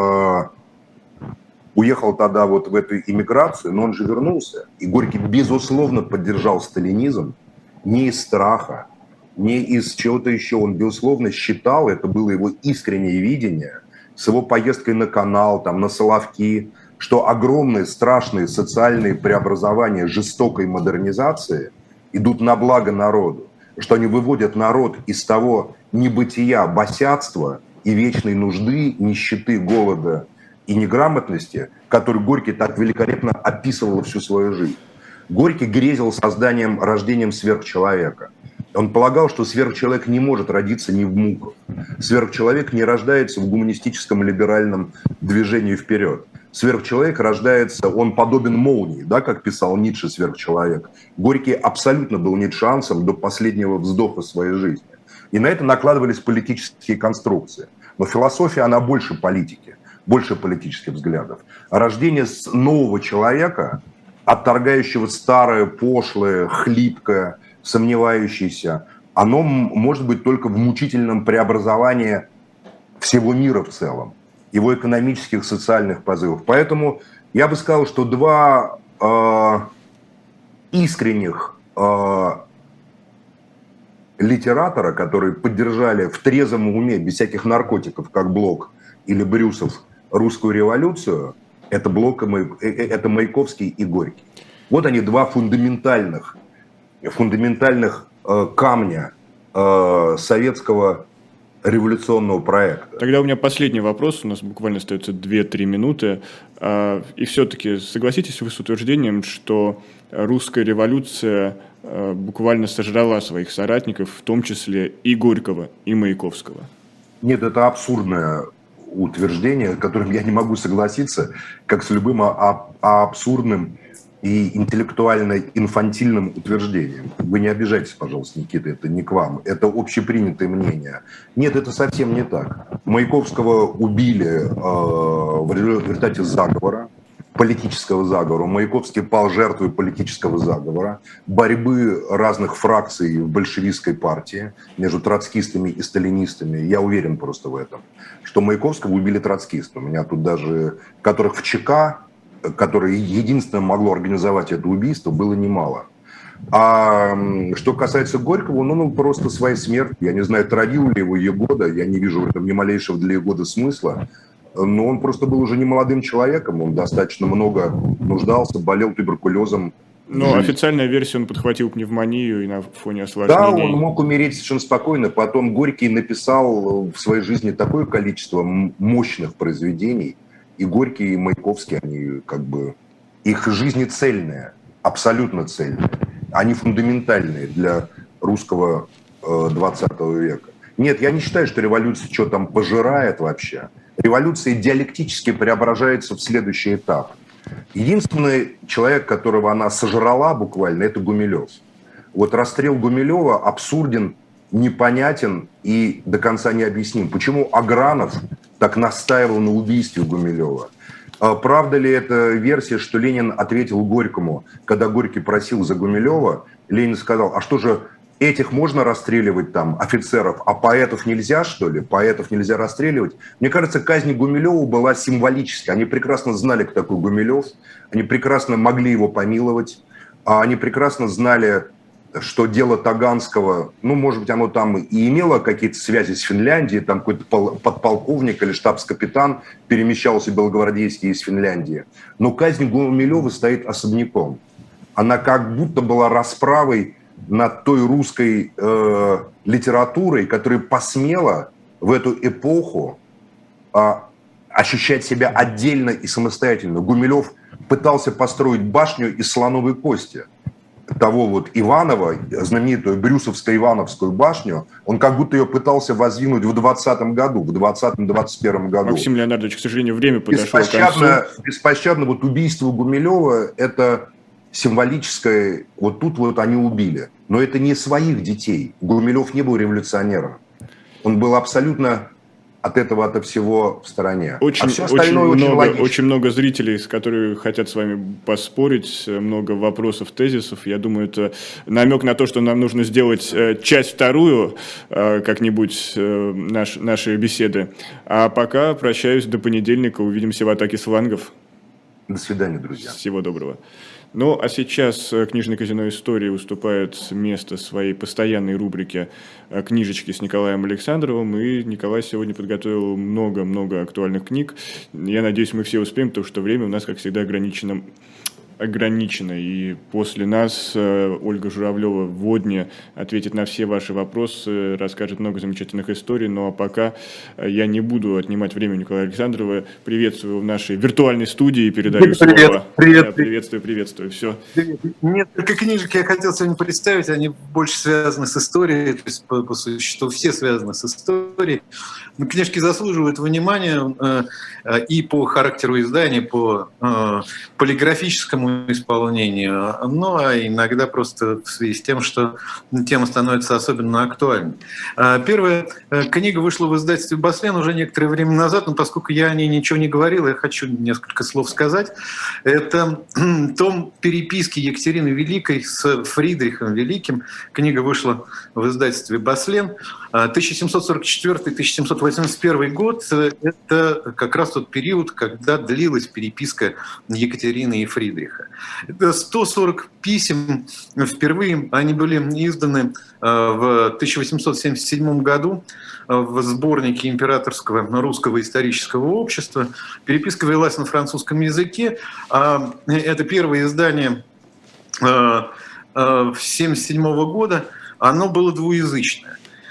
уехал тогда вот в эту иммиграцию, но он же вернулся. И Горький, безусловно, поддержал сталинизм не из страха, не из чего-то еще. Он, безусловно, считал, это было его искреннее видение, с его поездкой на канал, там, на Соловки, что огромные, страшные социальные преобразования жестокой модернизации идут на благо народу, что они выводят народ из того небытия, босятства и вечной нужды, нищеты, голода и неграмотности, который Горький так великолепно описывал всю свою жизнь. Горький грезил созданием, рождением сверхчеловека. Он полагал, что сверхчеловек не может родиться ни в муках. Сверхчеловек не рождается в гуманистическом либеральном движении вперед. Сверхчеловек рождается, он подобен молнии, да, как писал Ницше, сверхчеловек. Горький абсолютно был ницшеанцем до последнего вздоха своей жизни. И на это накладывались политические конструкции. Но философия, она больше политики, больше политических взглядов. А рождение нового человека, отторгающего старое, пошлое, хлипкое, сомневающееся, оно может быть только в мучительном преобразовании всего мира в целом, его экономических, социальных позывов. Поэтому я бы сказал, что два искренних литератора, которые поддержали в трезвом уме, без всяких наркотиков, как Блок или Брюсов, русскую революцию, это Блок, это Маяковский и Горький. Вот они, два фундаментальных камня советского революционного проекта. Тогда у меня последний вопрос, у нас буквально остается 2-3 минуты. И все-таки согласитесь вы с утверждением, что русская революция буквально сожрала своих соратников, в том числе и Горького, и Маяковского? Нет, это абсурдное утверждение, с которым я не могу согласиться, как с любым абсурдным и интеллектуально-инфантильным утверждением. Вы не обижайтесь, пожалуйста, Никита, это не к вам. Это общепринятое мнение. Нет, это совсем не так. Маяковского убили в результате заговора, политического заговора. Маяковский пал жертвой политического заговора, борьбы разных фракций в большевистской партии между троцкистами и сталинистами. Я уверен просто в этом, что Маяковского убили троцкисты. У меня тут даже, которых в ЧК, которое единственное могло организовать это убийство, было немало. А что касается Горького, ну просто своей смертью. Я не знаю, травил ли его Егода, я не вижу в этом ни малейшего для Егоды смысла. Но он просто был уже не молодым человеком, он достаточно много нуждался, болел туберкулезом. Но официальная версия, он подхватил пневмонию и на фоне осложнений. Да, он мог умереть совершенно спокойно. Потом Горький написал в своей жизни такое количество мощных произведений. И Горький, и Маяковский, они как бы... Их жизни цельная, абсолютно цельная. Они фундаментальные для русского 20 века. Нет, я не считаю, что революция что там пожирает вообще. Революция диалектически преображается в следующий этап. Единственный человек, которого она сожрала буквально, это Гумилев. Вот расстрел Гумилева абсурден, непонятен и до конца не объясним. Почему Агранов так настаивал на убийстве Гумилева? Правда ли эта версия, что Ленин ответил Горькому, когда Горький просил за Гумилева, Ленин сказал, а что же, этих можно расстреливать там, офицеров, а поэтов нельзя, что ли? Поэтов нельзя расстреливать? Мне кажется, казнь Гумилева была символической. Они прекрасно знали, кто такой Гумилев, они прекрасно могли его помиловать, они прекрасно знали, что дело Таганского, ну, может быть, оно там и имело какие-то связи с Финляндией, там какой-то подполковник или штабс-капитан перемещался белогвардейский из Финляндии. Но казнь Гумилева стоит особняком. Она как будто была расправой над той русской литературой, которая посмела в эту эпоху ощущать себя отдельно и самостоятельно. Гумилев пытался построить башню из слоновой кости. того вот Иванова, знаменитую Брюсовско-Ивановскую башню, он как будто ее пытался воздвинуть в 2020 году, в 2020-2021 году. Максим Леонардович, к сожалению, время подошло к концу. Беспощадно вот убийство Гумилева – это символическое, вот тут вот они убили. Но это не своих детей. Гумилев не был революционером. Он был абсолютно от всего в стороне. Очень много зрителей, которые хотят с вами поспорить, много вопросов, тезисов. Я думаю, это намек на то, что нам нужно сделать часть вторую как-нибудь нашей беседы. А пока прощаюсь до понедельника. Увидимся в атаке слангов. До свидания, друзья. Всего доброго. Ну, а сейчас книжное казино «История» уступает место своей постоянной рубрике «Книжечки» с Николаем Александровым. И Николай сегодня подготовил много-много актуальных книг. Я надеюсь, мы все успеем, потому что время у нас, как всегда, ограничено. И после нас Ольга Журавлева в Водне ответит на все ваши вопросы, расскажет много замечательных историй. Ну а пока я не буду отнимать время Николая Александрова. Приветствую в нашей виртуальной студии и передаю слово. Приветствую. Все. Несколько книжек я хотел сегодня представить, они больше связаны с историей, то есть по существу все связаны с историей. Но книжки заслуживают внимания и по характеру издания, по полиграфическому исполнению, ну а иногда просто в связи с тем, что тема становится особенно актуальной. Первая книга вышла в издательстве «Баслен» уже некоторое время назад, но поскольку я о ней ничего не говорил, я хочу несколько слов сказать. Это том переписки Екатерины Великой с Фридрихом Великим. Книга вышла в издательстве «Баслен». 1744-1781 год – это как раз тот период, когда длилась переписка Екатерины и Фридриха. Это 140 писем. Впервые они были изданы в 1877 году в сборнике Императорского русского исторического общества. Переписка велась на французском языке. Это первое издание 1977 года. Оно было двуязычное.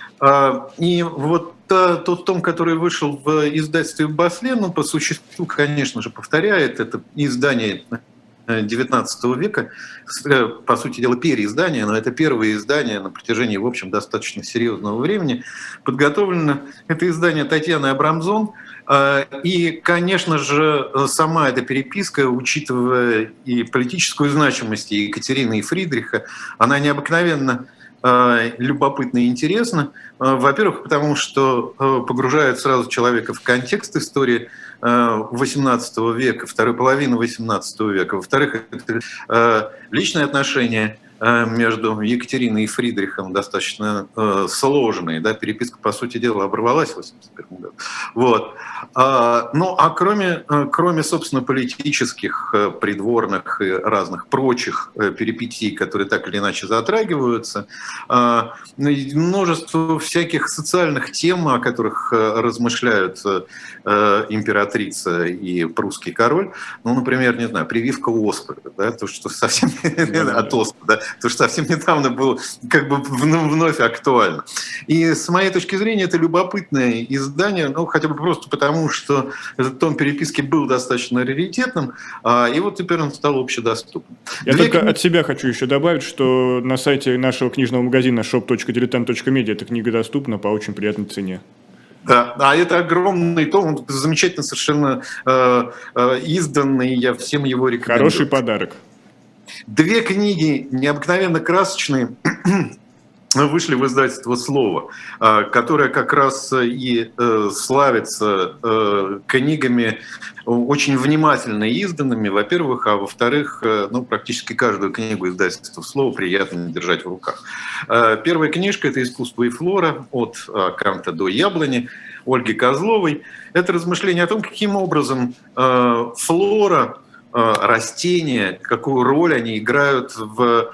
И вот тот том, который вышел в издательстве «Баслен», ну, по существу, конечно же, повторяет это издание XIX века, по сути дела, переиздание, но это первое издание на протяжении, в общем, достаточно серьезного времени. Подготовлено это издание Татьяной Абрамзон. И, конечно же, сама эта переписка, учитывая и политическую значимость Екатерины и Фридриха, она необыкновенно любопытно и интересно. Во-первых, потому что погружает сразу человека в контекст истории XVIII века, второй половины XVIII века. Во-вторых, это личные отношения между Екатериной и Фридрихом достаточно сложные. Да? Переписка, по сути дела, оборвалась в 1981 году. Вот. Ну, а кроме, собственно, политических, придворных и разных прочих перипетий, которые так или иначе затрагиваются, множество всяких социальных тем, о которых размышляют императрица и прусский король. Ну, например, не знаю, прививка оспы, да? То, что совсем от оспы, да? То, что совсем недавно было как бы вновь актуально. И с моей точки зрения это любопытное издание, ну, хотя бы просто потому, что этот том переписки был достаточно раритетным, и вот теперь он стал общедоступным. Я только от себя хочу еще добавить, что на сайте нашего книжного магазина shop.diletant.media эта книга доступна по очень приятной цене. Да, а это огромный том, он замечательно совершенно изданный, я всем его рекомендую. Хороший подарок. Две книги необыкновенно красочные вышли в издательство «Слово», которое как раз и славится книгами очень внимательно изданными, во-первых, а во-вторых, ну, практически каждую книгу издательства «Слово» приятно держать в руках. Первая книжка – это «Искусство и флора» от Канта до Яблони Ольги Козловой. Это размышление о том, каким образом флора, растения, какую роль они играют в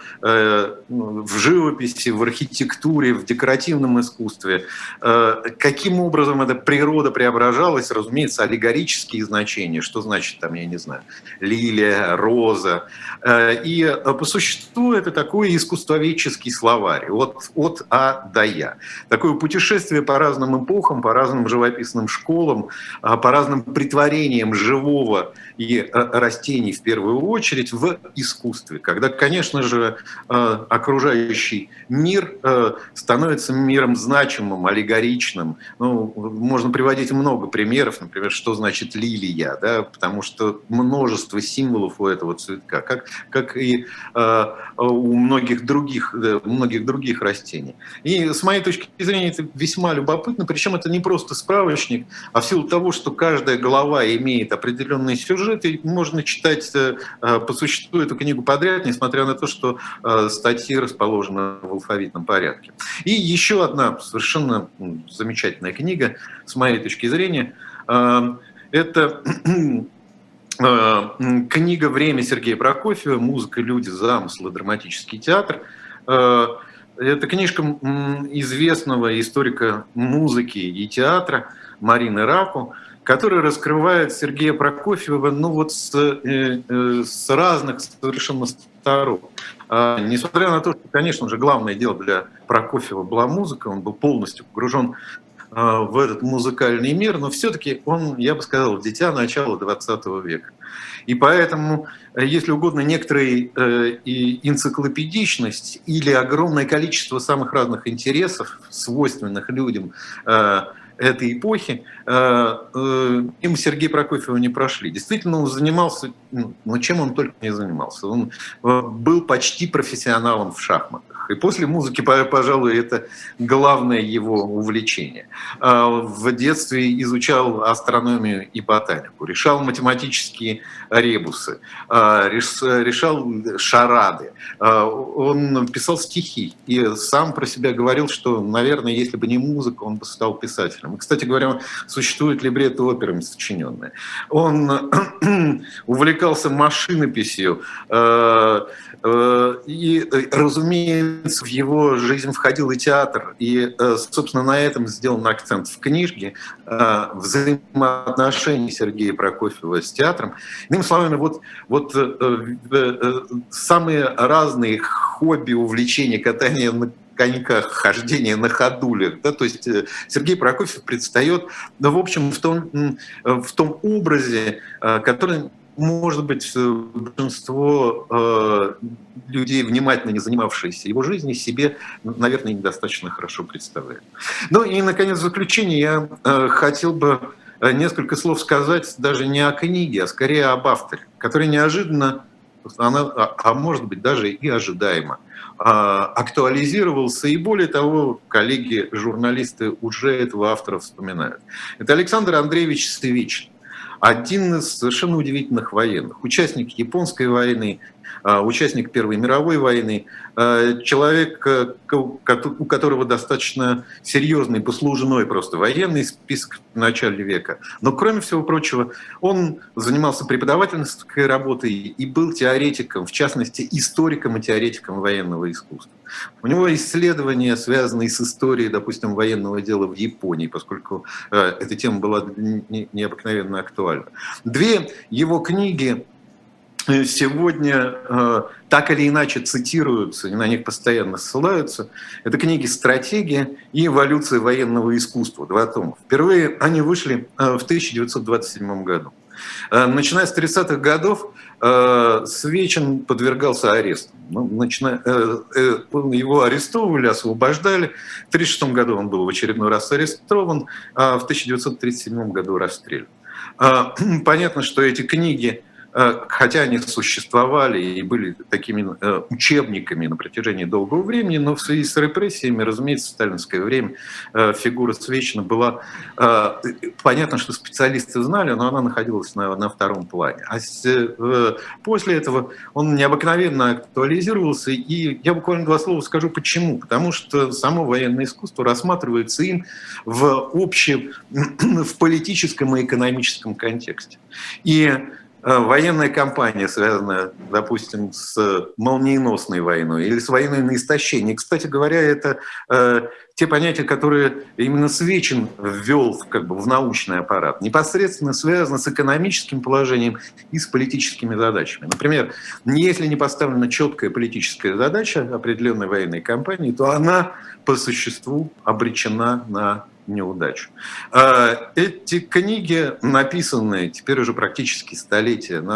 живописи, в архитектуре, в декоративном искусстве, каким образом эта природа преображалась, разумеется, аллегорические значения, что значит там, я не знаю, лилия, роза. И по существу это такой искусствоведческий словарь, от А до Я. Такое путешествие по разным эпохам, по разным живописным школам, по разным притворениям живого и растительного растений в первую очередь в искусстве, когда, конечно же, окружающий мир становится миром значимым, аллегоричным. Ну, можно приводить много примеров, например, что значит лилия, да, потому что множество символов у этого цветка, как и у многих других растений. И с моей точки зрения это весьма любопытно, причем это не просто справочник, а в силу того, что каждая глава имеет определенный сюжет, и можно читать по существу эту книгу подряд, несмотря на то, что статьи расположены в алфавитном порядке. И еще одна совершенно замечательная книга, с моей точки зрения, это книга «Время» Сергея Прокофьева, «Музыка, люди, замыслы, драматический театр». Это книжка известного историка музыки и театра Марины Раку, который раскрывает Сергея Прокофьева с разных совершенно сторон. Несмотря на то, что, конечно же, главное дело для Прокофьева была музыка, он был полностью погружен в этот музыкальный мир, но все-таки он, я бы сказал, дитя начала 20 века. И поэтому, если угодно, некоторая энциклопедичность или огромное количество самых разных интересов, свойственных людям этой эпохи, им Сергея Прокофьева не прошли. Действительно, он занимался, чем он только не занимался. Он был почти профессионалом в шахматах. И после музыки, пожалуй, это главное его увлечение. В детстве изучал астрономию и ботанику, решал математические ребусы, решал шарады. Он писал стихи и сам про себя говорил, что, наверное, если бы не музыка, он бы стал писателем. И, кстати говоря, существует либретто операми сочиненное. Он увлекался машинописью, и, разумеется, в его жизнь входил и театр. И, собственно, на этом сделан акцент в книжке взаимоотношений Сергея Прокофьева с театром. Иными словами, самые разные хобби, увлечения, катание на коньках, хождение на ходулях. Да? То есть Сергей Прокофьев предстает, в общем, в том образе, который, может быть, большинство людей, внимательно не занимавшиеся его жизнью, себе, наверное, недостаточно хорошо представляют. Ну и, наконец, в заключение я хотел бы несколько слов сказать даже не о книге, а скорее об авторе, который неожиданно, а может быть даже и ожидаемо, актуализировался, и более того, коллеги-журналисты уже этого автора вспоминают. Это Александр Андреевич Свечин, один из совершенно удивительных военных, участник Японской войны, участник Первой мировой войны, человек, у которого достаточно серьезный, послужной просто военный список в начале века. Но, кроме всего прочего, он занимался преподавательской работой и был теоретиком, в частности, историком и теоретиком военного искусства. У него исследования, связанные с историей, допустим, военного дела в Японии, поскольку эта тема была необыкновенно актуальна. Две его книги сегодня так или иначе цитируются, и на них постоянно ссылаются. Это книги «Стратегия» и «Эволюция военного искусства», 2 тома. Впервые они вышли в 1927 году. Начиная с 30-х годов Свечин подвергался аресту. Его арестовывали, освобождали. В 1936 году он был в очередной раз арестован, а в 1937 году расстрелян. Понятно, что эти книги, хотя они существовали и были такими учебниками на протяжении долгого времени, но в связи с репрессиями, разумеется, в сталинское время фигура Свечина была... Понятно, что специалисты знали, но она находилась на втором плане. А после этого он необыкновенно актуализировался, и я буквально 2 слова скажу, почему. Потому что само военное искусство рассматривается им в политическом и экономическом контексте. И военная кампания, связанная, допустим, с молниеносной войной или с войной на истощение. Кстати говоря, это те понятия, которые именно Свечин ввел в научный аппарат, непосредственно связаны с экономическим положением и с политическими задачами. Например, если не поставлена четкая политическая задача определенной военной кампании, то она по существу обречена на неудачу. Эти книги, написанные теперь уже практически столетия назад,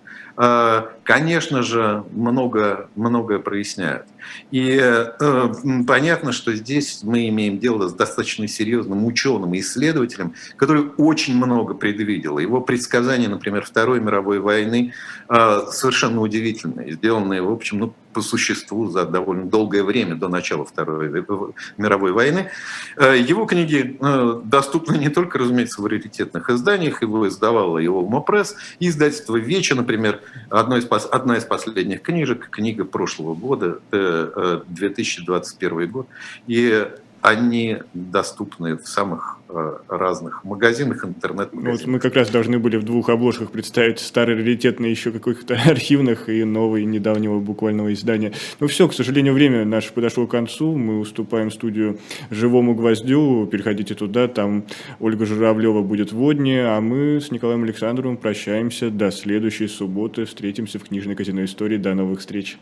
конечно же, многое проясняют. И понятно, что здесь мы имеем дело с достаточно серьезным ученым и исследователем, который очень много предвидел. Его предсказания, например, Второй мировой войны совершенно удивительные, сделанные, в общем, по существу за довольно долгое время до начала Второй мировой войны. Его книги доступны не только, разумеется, в раритетных изданиях, его издавала и Олма Пресс, и издательство Веча, например, одна из последних книжек, книга прошлого года, 2021 год, и они доступны в самых разных магазинах, интернет-магазинах. Вот мы как раз должны были в двух обложках представить старый раритетный, еще каких-то архивных и новый, недавнего буквального издания. Ну все, к сожалению, время наше подошло к концу. Мы уступаем студию «Живому гвоздю». Переходите туда, там Ольга Журавлева будет в Водне, а мы с Николаем Александровым прощаемся до следующей субботы. Встретимся в книжной казино истории. До новых встреч.